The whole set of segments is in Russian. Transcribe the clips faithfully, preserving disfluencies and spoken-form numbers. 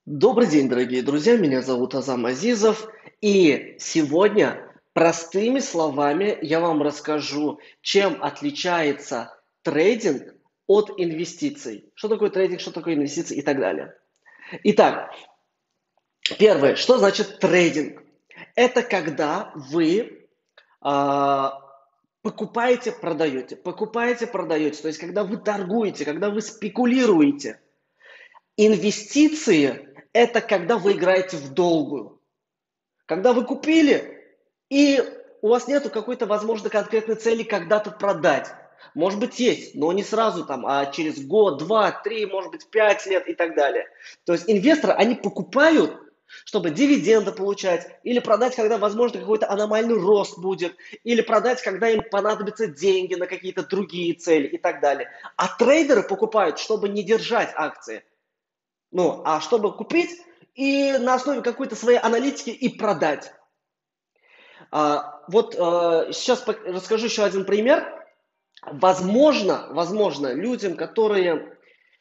Добрый день, дорогие друзья, меня зовут Азам Азизов, и сегодня простыми словами я вам расскажу, чем отличается трейдинг от инвестиций. Что такое трейдинг, что такое инвестиции и так далее. Итак, первое, что значит трейдинг? Это когда вы а, покупаете, продаете, покупаете, продаете, то есть когда вы торгуете, когда вы спекулируете. Инвестиции – это когда вы играете в долгую. Когда вы купили, и у вас нету какой-то, возможно, конкретной цели когда-то продать. Может быть, есть, но не сразу там, а через год, два, три, может быть, пять лет и так далее. То есть инвесторы, они покупают, чтобы дивиденды получать, или продать, когда, возможно, какой-то аномальный рост будет, или продать, когда им понадобятся деньги на какие-то другие цели и так далее. А трейдеры покупают, чтобы не держать акции, ну, а чтобы купить и на основе какой-то своей аналитики и продать. А, вот а, сейчас расскажу еще один пример. Возможно, возможно, людям, которые...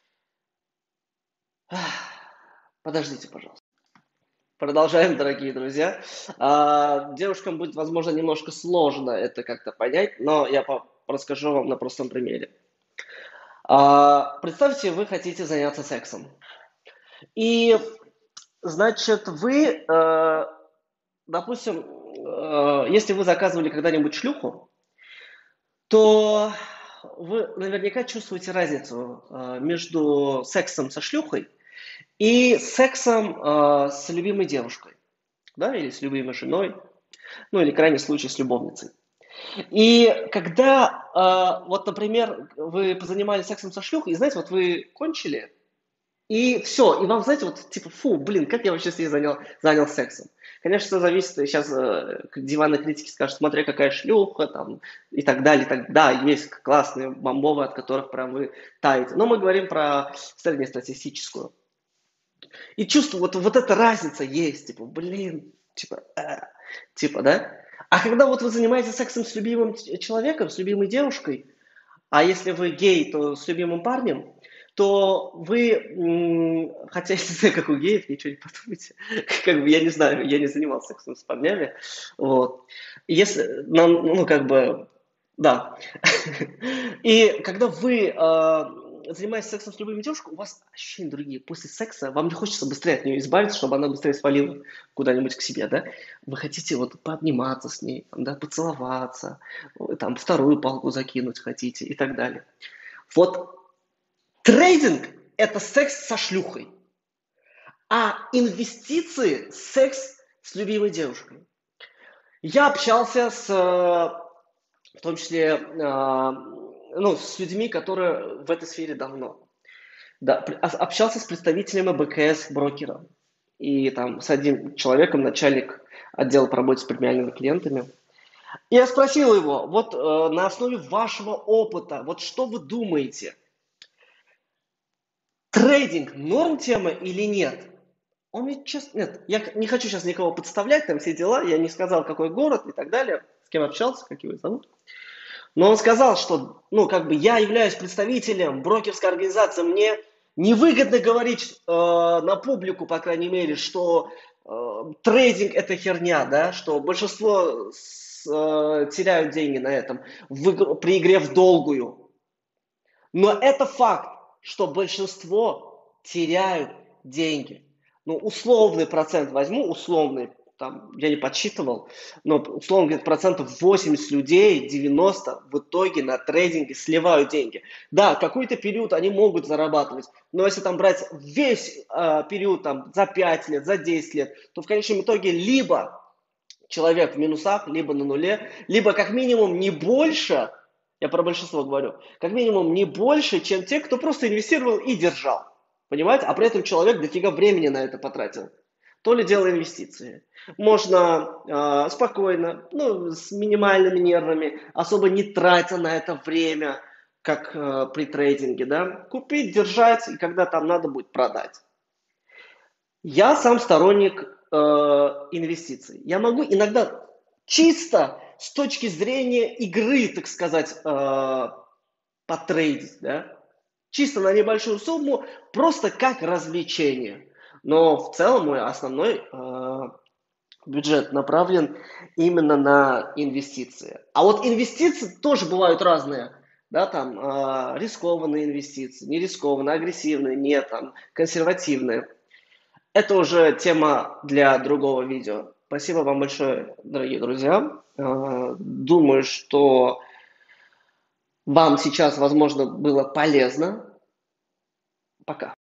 Подождите, пожалуйста. Продолжаем, дорогие друзья. А, девушкам будет, возможно, немножко сложно это как-то понять, но я расскажу вам на простом примере. А, представьте, вы хотите заняться сексом. И, значит, вы... А, допустим, если вы заказывали когда-нибудь шлюху, то вы наверняка чувствуете разницу между сексом со шлюхой и сексом с любимой девушкой, да, или с любимой женой, ну или в крайнем случае с любовницей. И когда, вот, например, вы позанимались сексом со шлюхой, и знаете, вот вы кончили, и все, и вам, знаете, вот типа, фу, блин, как я вообще с ней занял, занял сексом. Конечно, все зависит, сейчас э, диванные критики скажут, смотря какая шлюха, там, и так далее, и так, да, есть классные бомбовые, от которых прям вы таете. Но мы говорим про среднестатистическую. И чувство, вот, вот эта разница есть, типа, блин, типа, э, типа, да? А когда вот вы занимаетесь сексом с любимым человеком, с любимой девушкой, а если вы гей, то с любимым парнем, то вы, хотя я не знаю, как у геев, ничего не подумайте, как бы я не знаю, я не занимался сексом с парнями, вот. Если, ну, ну как бы, да. И когда вы э, занимаетесь сексом с любимой девушкой, у вас ощущения другие. После секса вам не хочется быстрее от нее избавиться, чтобы она быстрее свалила куда-нибудь к себе, да? Вы хотите вот пообниматься с ней, да, поцеловаться, там вторую палку закинуть хотите и так далее. Вот трейдинг – это секс со шлюхой, а инвестиции – секс с любимой девушкой. Я общался с, в том числе, ну, с людьми, которые в этой сфере давно. Да, общался с представителями БКС брокера и там с одним человеком, начальник отдела по работе с премиальными клиентами. И я спросил его, вот э, на основе вашего опыта, вот что вы думаете, трейдинг норм тема или нет? Он мне честно, нет, я не хочу сейчас никого подставлять, там все дела, я не сказал, какой город и так далее, с кем общался, как его зовут. Но он сказал, что, ну, как бы я являюсь представителем брокерской организации, мне невыгодно говорить э, на публику, по крайней мере, что э, трейдинг это херня, да, что большинство с, э, теряют деньги на этом в, при игре в долгую. Но это факт, что большинство теряют деньги. Ну, условный процент возьму, условный, там, я не подсчитывал, но условно где-то процентов восемьдесят людей, девяносто в итоге на трейдинге сливают деньги. Да, какой-то период они могут зарабатывать, но если там брать весь э, период там, за пять лет, за десять лет, то в конечном итоге либо человек в минусах, либо на нуле, либо как минимум не больше, я про большинство говорю, как минимум не больше, чем те, кто просто инвестировал и держал. Понимаете? А при этом человек дофига времени на это потратил. То ли дело инвестиции. Можно э, спокойно, ну, с минимальными нервами, особо не тратя на это время, как э, при трейдинге, да, купить, держать, и когда там надо будет продать. Я сам сторонник э, инвестиций. Я могу иногда чисто с точки зрения игры, так сказать, э, потрейдить, да, чисто на небольшую сумму, просто как развлечение. Но в целом мой основной э, бюджет направлен именно на инвестиции. А вот инвестиции тоже бывают разные. Да, там э, рискованные инвестиции, не рискованные, агрессивные, не там, консервативные. Это уже тема для другого видео. Спасибо вам большое, дорогие друзья. Э, Думаю, что вам сейчас, возможно, было полезно. Пока.